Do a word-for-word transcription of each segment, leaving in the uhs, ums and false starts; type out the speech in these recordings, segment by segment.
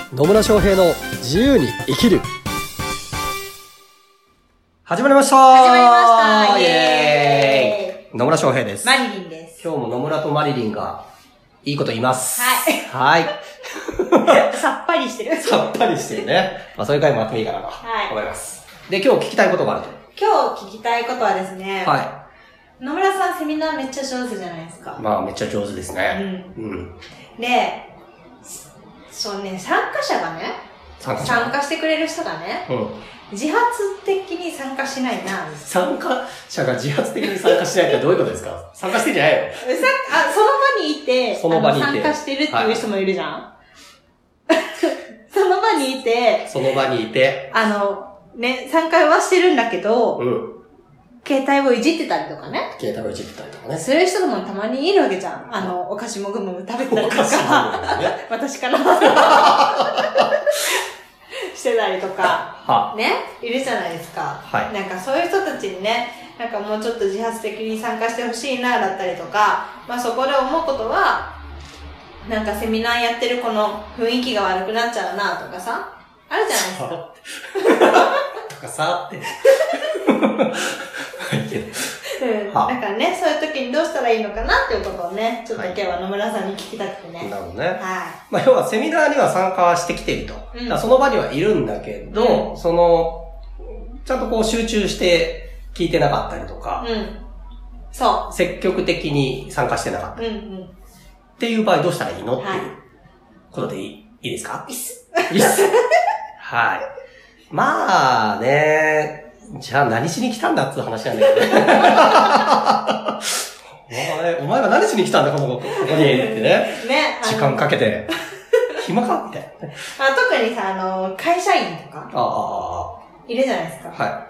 野村翔平の自由に生きる。始まりました始まりましたイエーイ。野村翔平です。 マリリンです。 今日も野村とマリリンがいいこと言います。 はい。 はい。 さっぱりしてる。 さっぱりしてるね。まあそういう回もあってもいいかなと思います。はい、で、今日聞きたいことがあると。 今日聞きたいことはですね。 はい。 野村さんセミナーめっちゃ上手じゃないですか。 まあめっちゃ上手ですね。 うん。うん。で、そうね、参加者がね、参加者参加してくれる人がね、うん、自発的に参加しないな。 参加者が自発的に参加しないってどういうことですか？参加してんじゃないの？ さあその場にいて、 その場にいて参加してるっていう人もいるじゃん。はい、その場にいて、 その場にいて、 あの、ね、参加はしてるんだけど、 うん。 携帯をいじってたりとかね。 携帯をいじってたりとかね。 そういう人もたまにいるわけじゃん。あの、お菓子もぐもぐ食べてたりとか。ね、私からしてたりとか。はね。いるじゃないですか。はい。なんかそういう人たちにね、なんかもうちょっと自発的に参加してほしいな、だったりとか、まあそこで思うことは、なんかセミナーやってるこの雰囲気が悪くなっちゃうな、とかさ。あるじゃないですか。 とかさって。 うん、だからね、そういう時にどうしたらいいのかなっていうことをね、ちょっと今日は野村さんに聞きたくてね。 なるほどね。はい。 まあ要はセミナーには参加してきていると。うん、その場にはいるんだけど、うん、その、ちゃんとこう集中して聞いてなかったりとか、うん、そう。積極的に参加してなかったり。うんうん、っていう場合どうしたらいいのっていうことでいい、いいですか？いいっす。いいっす。はい。まあね、じゃあ何しに来たんだっていう話なんだけどね。お前、お前は何しに来たんだここ、ここにってね。ね。時間かけて。暇かみたいな、ね。 あ、特にさ、あの、会社員とか。 ああ。 いるじゃないですか。 はい。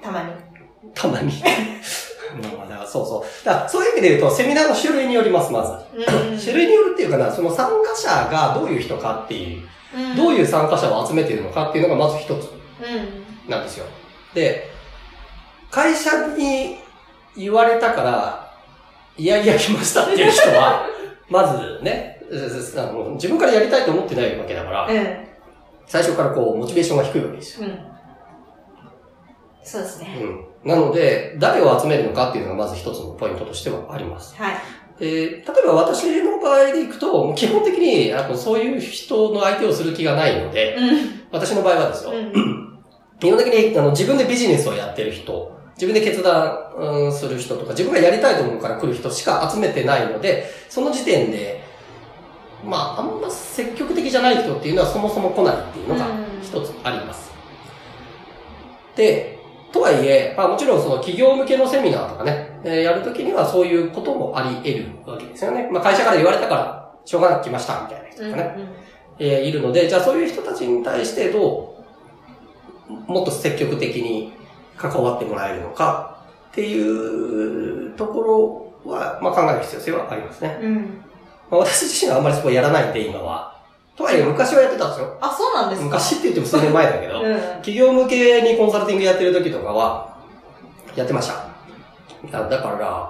たまに。 たまに。まあだからそうそう。だからそういう意味で言うと、セミナーの種類によります、まず。うん、種類によるっていうかな、その参加者がどういう人かっていう、うん、どういう参加者を集めているのかっていうのがまず一つなんですよ。で、会社に言われたから、いやいや来ましたっていう人は、まずね、あの、自分からやりたいと思ってないわけだから、うん、最初からこう、モチベーションが低いわけですよ。うん、 そうですね。 うん。なので、誰を集めるのかっていうのがまず一つのポイントとしてはあります。はい。で、例えば私の場合でいくと、基本的に、あの、そういう人の相手をする気がないので、うん、私の場合はですよ。うん基本的にあの自分でビジネスをやってる人、自分で決断、うん、する人とか、自分がやりたいと思うから来る人しか集めてないので、その時点で、まあ、あんま積極的じゃない人っていうのはそもそも来ないっていうのが一つあります。で、とはいえ、まあもちろんその企業向けのセミナーとかね、えー、やるときにはそういうこともあり得るわけですよね。まあ会社から言われたからしょうがなく来ましたみたいな人とかね、うんうんえー、いるので、じゃあそういう人たちに対してどうもっと積極的に関わってもらえるのかっていうところは、まあ、考える必要性はありますね。うんまあ、私自身はあんまりそこやらないんで、今は。とはいえ、昔はやってたんですよ。 あ、そうなんですか？ 昔って言っても数年前だけど、うん、企業向けにコンサルティングやってる時とかは、やってました。だ, だから、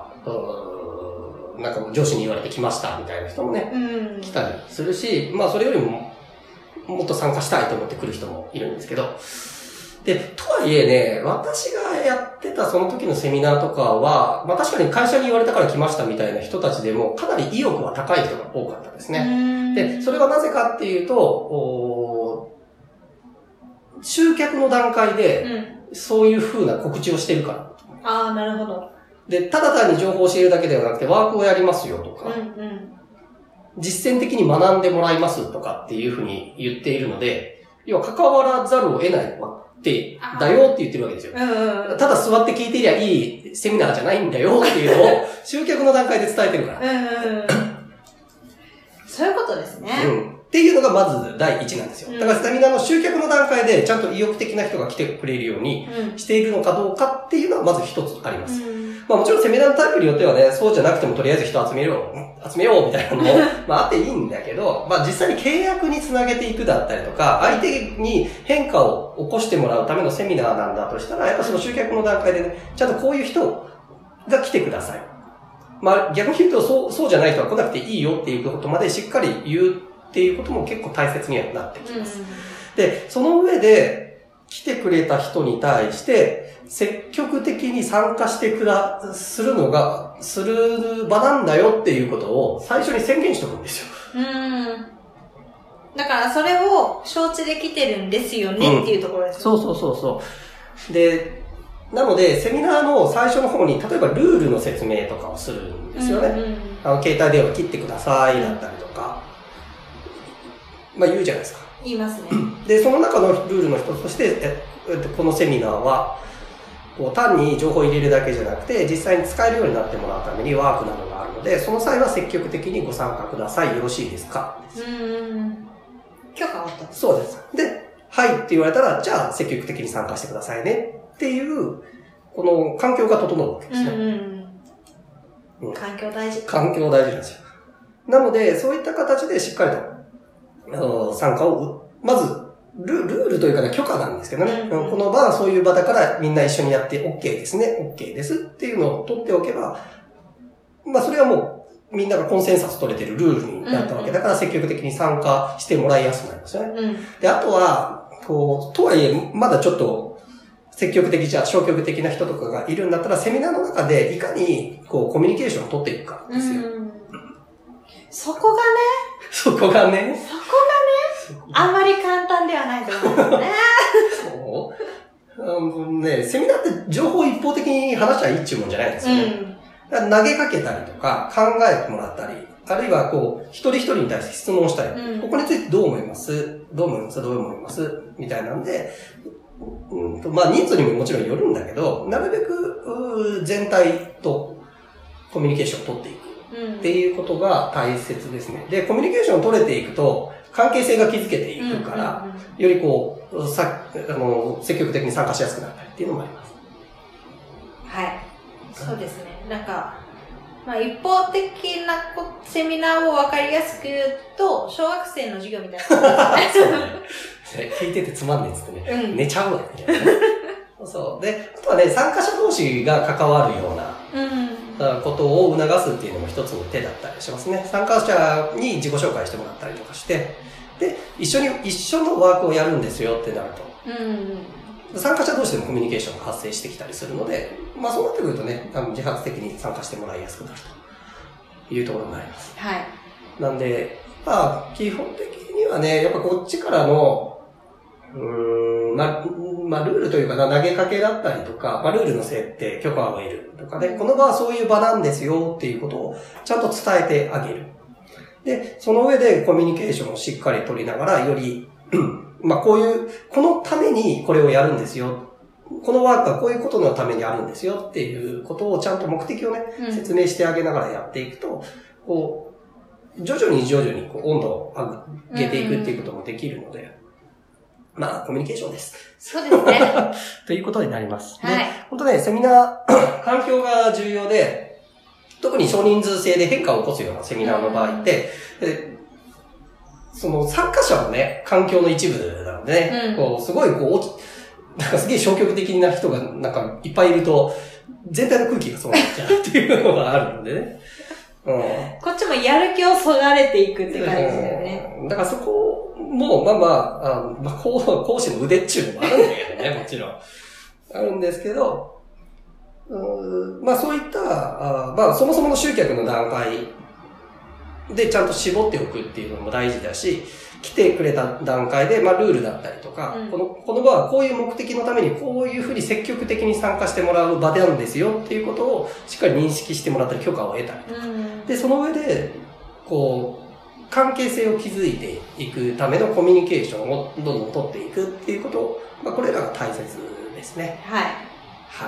うーんなんか上司に言われてきましたみたいな人もね、うん、来たりするし、まあそれよりも、もっと参加したいと思って来る人もいるんですけど、で、とはいえね、私がやってたその時のセミナーとかは、まあ確かに会社に言われたから来ましたみたいな人たちでも、かなり意欲は高い人が多かったですね。で、それはなぜかっていうと、集客の段階で、そういう風な告知をしてるから。 うん、ああ、なるほど。 で、ただ単に情報を教えるだけではなくて、ワークをやりますよとか、うんうん、実践的に学んでもらいますとかっていう風に言っているので、要は関わらざるを得ないのは、ってだよって言ってるわけですよ。うんうん、ただ座って聞いてりゃいいセミナーじゃないんだよっていうのを集客の段階で伝えてるから。うんうん、 そういうことですね、 うん。っていうのがまず第一なんですよ。だからセミナーの集客の段階でちゃんと意欲的な人が来てくれるようにしているのかどうかっていうのはまず一つあります。うんまあもちろんセミナーのタイプによってはね、そうじゃなくてもとりあえず人集めよう、集めようみたいなのも、まああっていいんだけど、まあ実際に契約につなげていくだったりとか、相手に変化を起こしてもらうためのセミナーなんだとしたら、やっぱその集客の段階でね、ちゃんとこういう人が来てください。まあ逆に言うとそう、そうじゃない人は来なくていいよっていうことまでしっかり言っっていうことも結構大切にはなってきます。うん、で、その上で来てくれた人に対して積極的に参加してくだ、するのが、する場なんだよっていうことを最初に宣言しておくんですよ。 うん。だからそれを承知で来てるんですよねっていうところですよね。 うん、そうそうそうそう。で、なので、セミナーの最初の方に、例えばルールの説明とかをするんですよね。うんうん、あの携帯電話切ってくださいだったりとか、まあ言うじゃないですか。 言いますね。 で、その中のルールの一つとして、えこのセミナーは、こう単に情報を入れるだけじゃなくて、実際に使えるようになってもらうためにワークなどがあるので、その際は積極的にご参加ください。よろしいですか？ うん。許可を取った。 そうです。で、はいって言われたら、じゃあ積極的に参加してくださいね。っていう、この環境が整うわけですね。うんうんうん、環境大事。 環境大事なんですよ。なので、そういった形でしっかりと、あの、参加を、まずル、ルールというかね、許可なんですけどね、うんうん。この場はそういう場だからみんな一緒にやって OK ですね。OK ですっていうのを取っておけば、まあそれはもう、みんながコンセンサス取れてるルールになったわけだから積極的に参加してもらいやすくなりますよね。うん、で、あとは、こう、とはいえ、まだちょっと、積極的じゃ消極的な人とかがいるんだったら、セミナーの中でいかにこうコミュニケーションを取っていくかですよ。うん、 そこがね。 そこがね。 そこがね。あんまり簡単ではないと思うんですね。 そう。あのね、セミナーって情報を一方的に話しちゃいいっていうもんじゃないですよね。うん、だから投げかけたりとか考えてもらったり、あるいはこう、一人一人に対して質問したり、うん、ここについてどう思いますどう思いますどう思いますみたいなんで、うんとまあ人数にももちろんよるんだけど、なるべく全体とコミュニケーションを取っていくっていうことが大切ですね。で、コミュニケーションを取れていくと関係性が築けていくから、よりこう、さ、あの、積極的に参加しやすくなったりっていうのもあります。 はい。そうですね。なんか、まあ一方的なセミナーを分かりやすく言うと、小学生の授業みたいな感じですね。 聞いててつまんねえっつってね、うん、寝ちゃうわけね。そう。で、あとはね、参加者同士が関わるようなことを促すっていうのも一つの手だったりしますね。参加者に自己紹介してもらったりとかして、で、一緒に、一緒のワークをやるんですよってなると。うん、参加者同士でもコミュニケーションが発生してきたりするので、まあそうなってくるとね、あの自発的に参加してもらいやすくなるというところもあります。 はい。 なんで、まあ基本的にはね、やっぱこっちからの、うーん、まあ、まあ、ルールというかな、投げかけだったりとか、まあ、ルールの設定、許可を得るとかね、この場はそういう場なんですよっていうことをちゃんと伝えてあげる。で、その上でコミュニケーションをしっかり取りながら、より、まあ、こういう、このためにこれをやるんですよ。このワークはこういうことのためにあるんですよっていうことをちゃんと目的をね、うん、説明してあげながらやっていくと、こう、徐々に徐々にこう温度を上げていくっていうこともできるので、まあ、コミュニケーションです。 そうですね。 ということになります。 はい。 本当ね、セミナー、環境が重要で、特に少人数制で変化を起こすようなセミナーの場合って、その参加者もね、環境の一部なのでね、うん、こう、すごいこう、なんかすげえ消極的な人がなんかいっぱいいると、全体の空気がそうなっちゃうっていうのがあるのでね。 うん、こっちもやる気をそがれていくって感じですよね。 うん、だからそこも、まあまあ、あまあ、講師の腕っちゅうのもあるんだけどね、もちろん。あるんですけど、うんまあそういったあ、まあそもそもの集客の段階でちゃんと絞っておくっていうのも大事だし、来てくれた段階で、まあルールだったりとか、うん、この、この場はこういう目的のためにこういうふうに積極的に参加してもらう場であるんですよっていうことをしっかり認識してもらったり許可を得たりとか。うん、で、その上で、こう、関係性を築いていくためのコミュニケーションをどんどん取っていくっていうことを、まあこれらが大切ですね。 はい。 はい。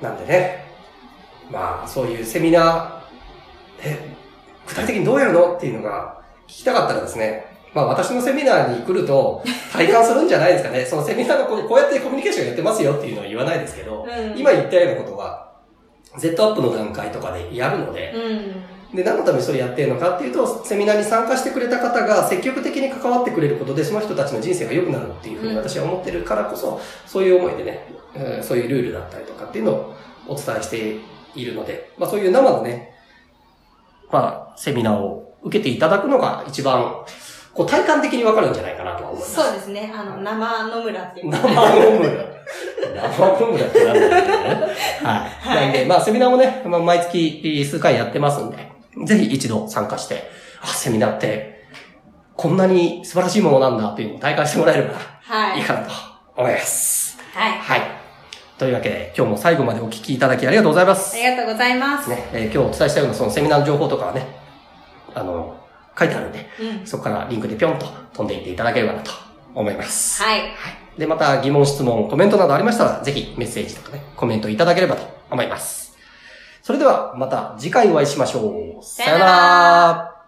なんでね、まあそういうセミナー、え、具体的にどうやるのっていうのが聞きたかったらですね、まあ私のセミナーに来ると体感するんじゃないですかね。そのセミナーのこう、こうやってコミュニケーションやってますよっていうのは言わないですけど、うん、今言ったようなことは Z アップの段階とかでやるので、うん、で、何のためにそれやってるのかっていうと、セミナーに参加してくれた方が積極的に関わってくれることで、その人たちの人生が良くなるっていうふうに私は思ってるからこそ、そういう思いでね、うん、そういうルールだったりとかっていうのをお伝えしているので、まあそういう生のね、まあセミナーを受けていただくのが一番、こう体感的にわかるんじゃないかなとは思います。 そうですね。あの、生野村っていう。 生野村。生野村ってなんだろうね。はい。なんで、まあセミナーもね、まあ、毎月数回やってますんで、ぜひ一度参加して、あ、セミナーってこんなに素晴らしいものなんだっていうのを体感してもらえればいいかなと思います。 はい。 はい。というわけで、今日も最後までお聞きいただきありがとうございます。 ありがとうございます。 ね、えー、今日お伝えしたようなそのセミナーの情報とかはね、あの、書いてあるんで、うん、そこからリンクでぴょんと飛んでいっていただければなと思います。 はい。はい。 で、また疑問、質問、コメントなどありましたら、ぜひメッセージとかね、コメントいただければと思います。それでは、また次回お会いしましょう。 さよなら。